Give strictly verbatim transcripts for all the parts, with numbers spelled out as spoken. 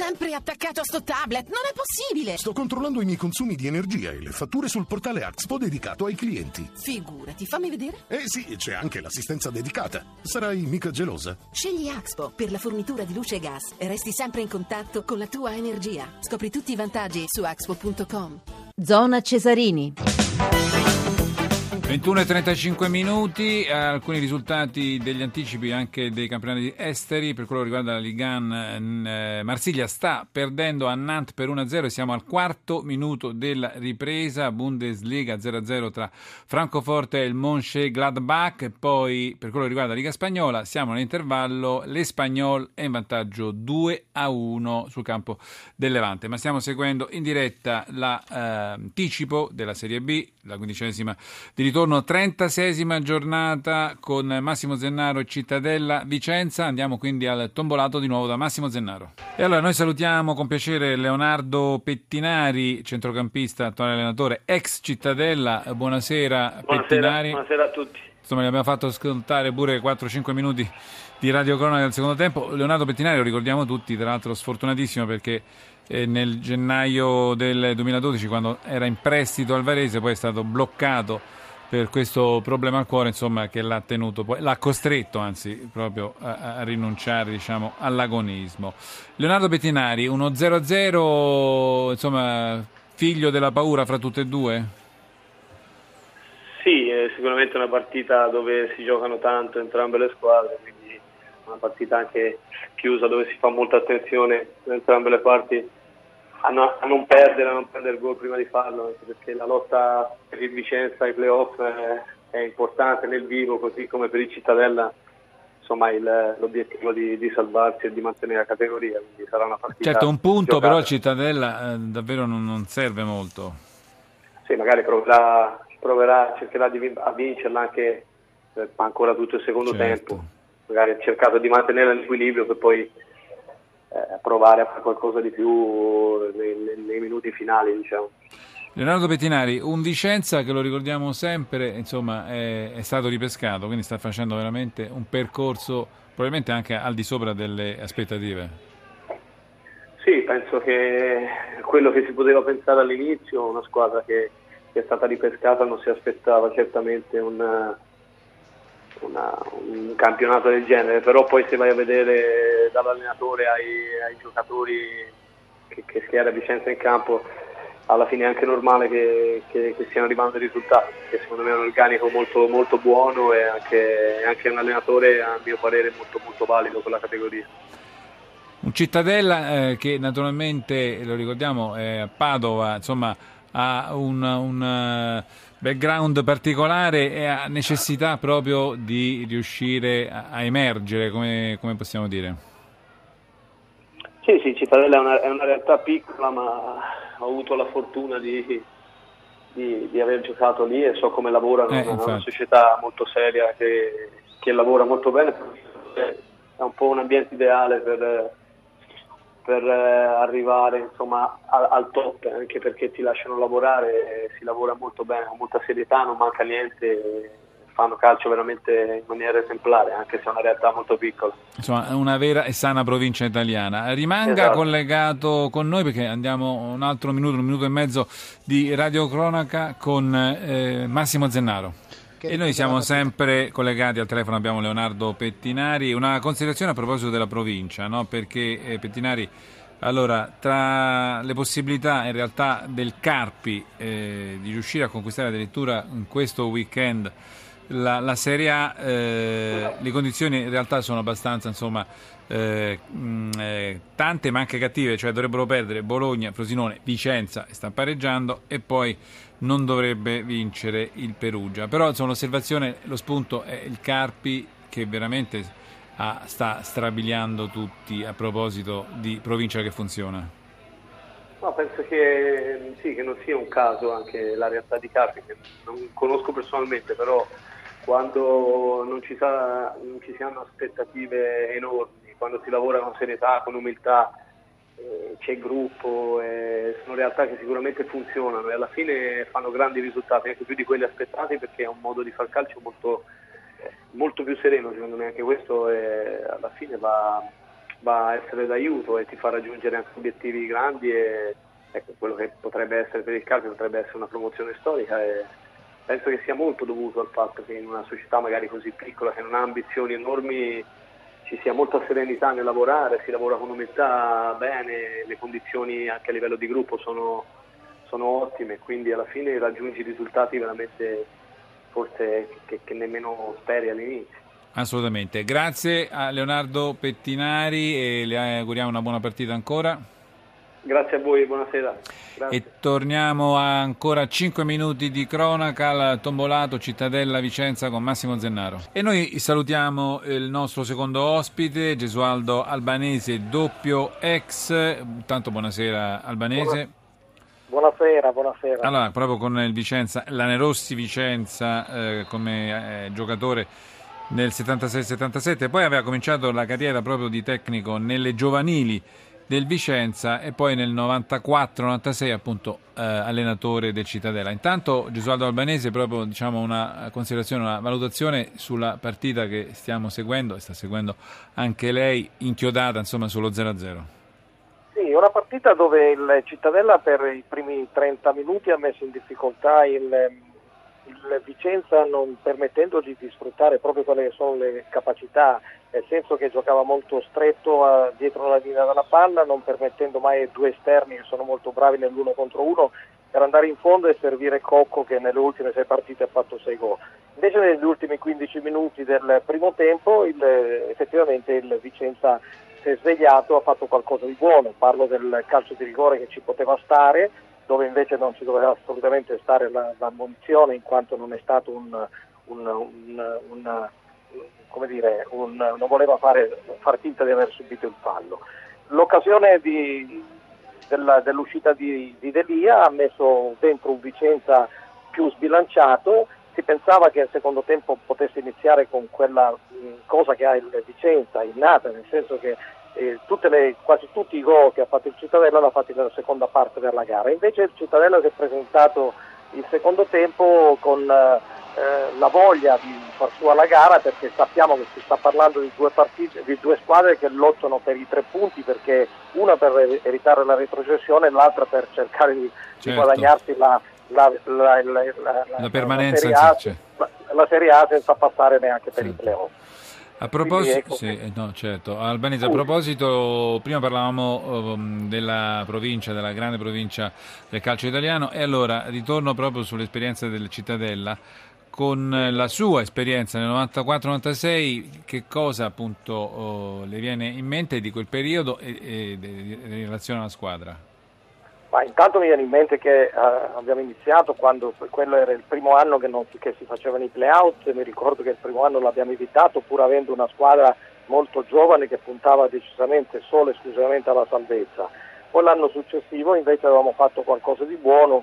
sempre attaccato a sto tablet, non è possibile! Sto controllando i miei consumi di energia e le fatture sul portale Axpo dedicato ai clienti. Figurati, fammi vedere. Eh sì, c'è anche l'assistenza dedicata. Sarai mica gelosa? Scegli Axpo per la fornitura di luce e gas e resti sempre in contatto con la tua energia. Scopri tutti i vantaggi su axpo punto com. Zona Cesarini. ventuno e trentacinque minuti, alcuni risultati degli anticipi anche dei campionati esteri. Per quello che riguarda la Ligue uno, eh, Marsiglia sta perdendo a Nantes per uno a zero e siamo al quarto minuto della ripresa. Bundesliga zero a zero tra Francoforte e il Mönchengladbach. E poi per quello che riguarda la Liga Spagnola siamo all'intervallo, l'Espanyol è in vantaggio due a uno sul campo del Levante. Ma stiamo seguendo in diretta l'anticipo della Serie B, la quindicesima di ritorno, trentaseiesima giornata con Massimo Zennaro e Cittadella Vicenza. Andiamo quindi al tombolato di nuovo da Massimo Zennaro. E allora noi salutiamo con piacere Leonardo Pettinari, centrocampista, attuale allenatore, ex Cittadella. Buonasera, buonasera Pettinari. Buonasera a tutti. Insomma, gli abbiamo fatto ascoltare pure quattro cinque minuti di radiocronaca del secondo tempo. Leonardo Pettinari, lo ricordiamo tutti, tra l'altro sfortunatissimo perché eh, nel gennaio del duemiladodici, quando era in prestito al Varese, poi è stato bloccato per questo problema al cuore, insomma, che l'ha tenuto, poi l'ha costretto, anzi, proprio a, a rinunciare, diciamo, all'agonismo. Leonardo Pettinari, uno zero a zero, insomma, figlio della paura fra tutte e due? Sì, è sicuramente una partita dove si giocano tanto entrambe le squadre, quindi una partita anche chiusa dove si fa molta attenzione da entrambe le parti a, no, a non perdere, a non prendere il gol prima di farlo, anche perché la lotta per il Vicenza ai playoff è, è importante nel vivo, così come per il Cittadella, insomma, il, l'obiettivo di, di salvarsi e di mantenere la categoria, quindi sarà una partita. Certo, un punto giocata. però il Cittadella eh, davvero non, non serve molto. Sì, magari proverà, proverà cercherà di vin- a vincerla anche eh, ancora tutto il secondo Certo. tempo, magari ha cercato di mantenere l'equilibrio per poi Eh, provare a fare qualcosa di più nei, nei, nei minuti finali, diciamo. Leonardo Pettinari, un Vicenza che, lo ricordiamo sempre, insomma, è, è stato ripescato, quindi sta facendo veramente un percorso probabilmente anche al di sopra delle aspettative. Sì, penso che quello che si poteva pensare all'inizio, una squadra che, che è stata ripescata, non si aspettava certamente un Una, un campionato del genere, però poi se vai a vedere dall'allenatore ai, ai giocatori che, che schiera Vicenza in campo, alla fine è anche normale che, che, che stiano arrivando i risultati, perché secondo me è un organico molto, molto buono e anche, anche un allenatore, a mio parere, molto, molto valido per la categoria. Un Cittadella eh, che naturalmente, lo ricordiamo, è a Padova, insomma, ha un, un background particolare e ha necessità proprio di riuscire a, a emergere, come, come possiamo dire? Sì, sì, Cittadella è una, è una realtà piccola, ma ho avuto la fortuna di, di, di aver giocato lì e so come lavorano, Eh, è una, una infatti. società molto seria che, che lavora molto bene, è un po' un ambiente ideale per... per eh, arrivare, insomma, al, al top, anche perché ti lasciano lavorare, eh, si lavora molto bene, con molta serietà, non manca niente, eh, fanno calcio veramente in maniera esemplare, anche se è una realtà molto piccola. Insomma, è una vera e sana provincia italiana. Rimanga Esatto. collegato con noi perché andiamo un altro minuto, un minuto e mezzo di radiocronaca con eh, Massimo Zennaro. E noi siamo sempre collegati al telefono, abbiamo Leonardo Pettinari. Una considerazione a proposito della provincia, no? Perché eh, Pettinari, allora, tra le possibilità in realtà del Carpi eh, di riuscire a conquistare addirittura in questo weekend la, la Serie A, eh, le condizioni in realtà sono abbastanza, insomma, eh, mh, eh, tante ma anche cattive, cioè dovrebbero perdere Bologna, Frosinone, Vicenza, e sta pareggiando, e poi non dovrebbe vincere il Perugia. Però insomma, l'osservazione, lo spunto è il Carpi che veramente ah, sta strabiliando tutti a proposito di provincia che funziona. No, penso che sì, che non sia un caso anche la realtà di Carpi, che non conosco personalmente, però quando non ci, sa, non ci si hanno aspettative enormi, quando si lavora con serietà, con umiltà, eh, c'è gruppo, eh, sono realtà che sicuramente funzionano e alla fine fanno grandi risultati, anche più di quelli aspettati, perché è un modo di far calcio molto, molto più sereno, secondo me. Anche questo è, alla fine va, va a essere d'aiuto e ti fa raggiungere anche obiettivi grandi, e ecco, quello che potrebbe essere per il calcio potrebbe essere una promozione storica, e penso che sia molto dovuto al fatto che in una società magari così piccola, che non ha ambizioni enormi, ci sia molta serenità nel lavorare, si lavora con umiltà bene, le condizioni anche a livello di gruppo sono, sono ottime, quindi alla fine raggiungi risultati veramente forse che, che nemmeno speri all'inizio. Assolutamente, grazie a Leonardo Pettinari e le auguriamo una buona partita ancora. Grazie a voi, buonasera. Grazie. E torniamo a ancora cinque minuti di cronaca al Tombolato Cittadella Vicenza con Massimo Zennaro. E noi salutiamo il nostro secondo ospite, Gesualdo Albanese, doppio ex. Tanto buonasera Albanese. Buonasera, buonasera. Allora, proprio con il Vicenza, l'Anerossi Vicenza eh, come eh, giocatore nel settantasei settantasette, poi aveva cominciato la carriera proprio di tecnico nelle giovanili del Vicenza e poi nel novantaquattro novantasei appunto eh, allenatore del Cittadella. Intanto Gesualdo Albanese, proprio diciamo una considerazione, una valutazione sulla partita che stiamo seguendo e sta seguendo anche lei, inchiodata insomma sullo zero a zero. Sì, una partita dove il Cittadella per i primi trenta minuti ha messo in difficoltà il, il Vicenza, non permettendogli di sfruttare proprio quelle che sono le capacità, nel senso che giocava molto stretto a, dietro la linea della palla, non permettendo mai ai due esterni che sono molto bravi nell'uno contro uno per andare in fondo e servire Cocco, che nelle ultime sei partite ha fatto sei gol. Invece negli ultimi quindici minuti del primo tempo il, effettivamente il Vicenza si è svegliato, ha fatto qualcosa di buono. Parlo del calcio di rigore che ci poteva stare, dove invece non ci doveva assolutamente stare la, la munizione, in quanto non è stato un, un, un, un come dire, un, non voleva fare, far finta di aver subito il fallo. L'occasione di, della, dell'uscita di, di Delia ha messo dentro un Vicenza più sbilanciato. Si pensava che il secondo tempo potesse iniziare con quella mh, cosa che ha il Vicenza innata, nel senso che eh, tutte le, quasi tutti i gol che ha fatto il Cittadella l'ha fatti nella seconda parte della gara. Invece il Cittadella si è presentato il secondo tempo con eh, la voglia di far sua la gara, perché sappiamo che si sta parlando di due partite, di due squadre che lottano per i tre punti, perché una per evitare la retrocessione e l'altra per cercare di, certo. di guadagnarsi la, la, la, la, la, la permanenza la serie, A, la, la Serie A senza passare neanche per certo. i playoff. A proposito, ecco sì, che... no, certo. Albanese, a proposito, prima parlavamo um, della provincia, della grande provincia del calcio italiano, e allora ritorno proprio sull'esperienza del Cittadella. Con la sua esperienza nel novantaquattro novantasei, che cosa appunto oh, le viene in mente di quel periodo e, e, e in relazione alla squadra? Ma intanto mi viene in mente che eh, abbiamo iniziato quando quello era il primo anno che, non, che si facevano i play-out. Mi ricordo che il primo anno l'abbiamo evitato, pur avendo una squadra molto giovane che puntava decisamente solo e esclusivamente alla salvezza. Poi l'anno successivo invece avevamo fatto qualcosa di buono,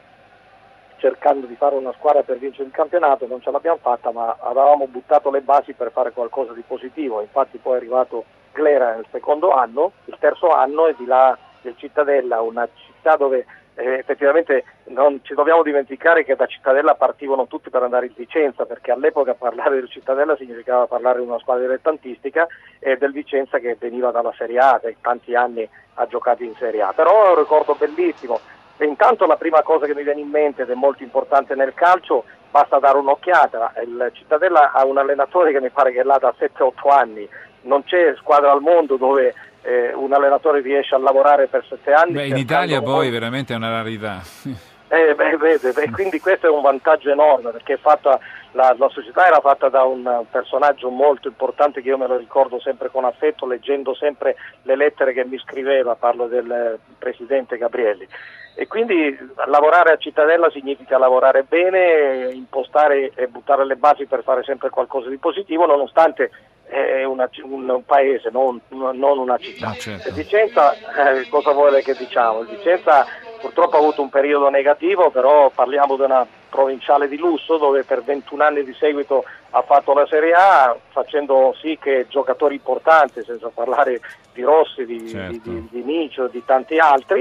cercando di fare una squadra per vincere il campionato. Non ce l'abbiamo fatta, ma avevamo buttato le basi per fare qualcosa di positivo. Infatti poi è arrivato Glera nel secondo anno, il terzo anno, e di là del Cittadella, una città dove eh, effettivamente non ci dobbiamo dimenticare che da Cittadella partivano tutti per andare in Vicenza, perché all'epoca parlare del Cittadella significava parlare di una squadra dilettantistica e del Vicenza che veniva dalla Serie A, che tanti anni ha giocato in Serie A. Però è un ricordo bellissimo. E intanto la prima cosa che mi viene in mente, ed è molto importante nel calcio, basta dare un'occhiata. Il Cittadella ha un allenatore che mi pare che è là da sette otto anni, non c'è squadra al mondo dove eh, un allenatore riesce a lavorare per sette anni. Beh, in Italia poi veramente è una rarità. Eh, beh, vede, beh, quindi questo è un vantaggio enorme, perché è fatta, la, la società era fatta da un personaggio molto importante che io me lo ricordo sempre con affetto, leggendo sempre le lettere che mi scriveva. Parlo del presidente Gabrielli. E quindi lavorare a Cittadella significa lavorare bene, impostare e buttare le basi per fare sempre qualcosa di positivo, nonostante è una, un, un paese, non, non una città. Ah, certo. Il Vicenza, eh, cosa vuole che diciamo? Il Vicenza purtroppo ha avuto un periodo negativo, però parliamo di una provinciale di lusso dove per ventuno anni di seguito ha fatto la Serie A, facendo sì che giocatori importanti, senza parlare di Rossi, di, certo. di, di, di Micio, di tanti altri,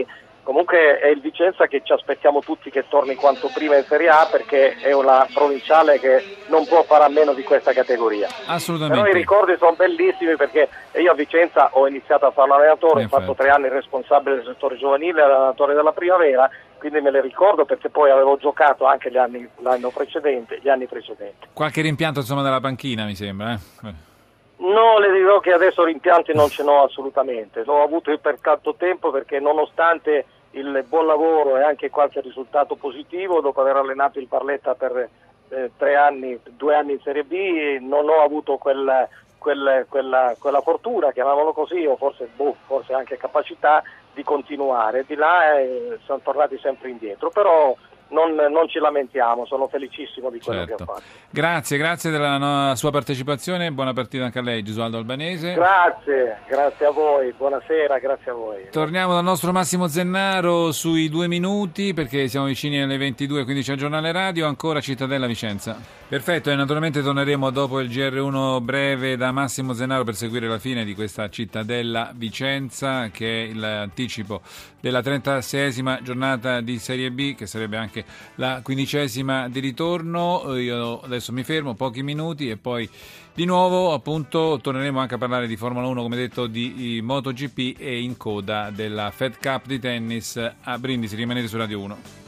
Comunque è il Vicenza che ci aspettiamo tutti che torni quanto prima in Serie A, perché è una provinciale che non può fare a meno di questa categoria. Assolutamente. Però i ricordi sono bellissimi, perché io a Vicenza ho iniziato a fare l'allenatore, ho Infatti. fatto tre anni responsabile del settore giovanile, allenatore della primavera, quindi me le ricordo perché poi avevo giocato anche gli anni, l'anno precedente, gli anni precedenti. Qualche rimpianto insomma dalla panchina, mi sembra, eh? No, le dirò che adesso rimpianti non ce n'ho assolutamente, l'ho avuto per tanto tempo, perché nonostante il buon lavoro e anche qualche risultato positivo, dopo aver allenato il Barletta per eh, tre anni, due anni in Serie B, non ho avuto quel, quel, quella, quella fortuna, chiamiamolo così, o forse, boh, forse anche capacità di continuare. Di là eh, sono tornati sempre indietro, però Non, non ci lamentiamo, sono felicissimo di quello Certo. che ho fatto. Grazie, grazie della no, sua partecipazione, buona partita anche a lei, Gesualdo Albanese. Grazie, grazie a voi, buonasera, grazie a voi. Torniamo dal nostro Massimo Zennaro sui due minuti, perché siamo vicini alle ventidue e quindici al giornale radio, ancora Cittadella Vicenza. Perfetto, e naturalmente torneremo dopo il G R uno breve da Massimo Zennaro per seguire la fine di questa Cittadella Vicenza, che è l'anticipo della trentaseiesima giornata di Serie B, che sarebbe anche la quindicesima di ritorno. Io adesso mi fermo pochi minuti e poi di nuovo appunto torneremo anche a parlare di Formula uno, come detto, di MotoGP e in coda della Fed Cup di tennis a Brindisi. Rimanete su Radio uno.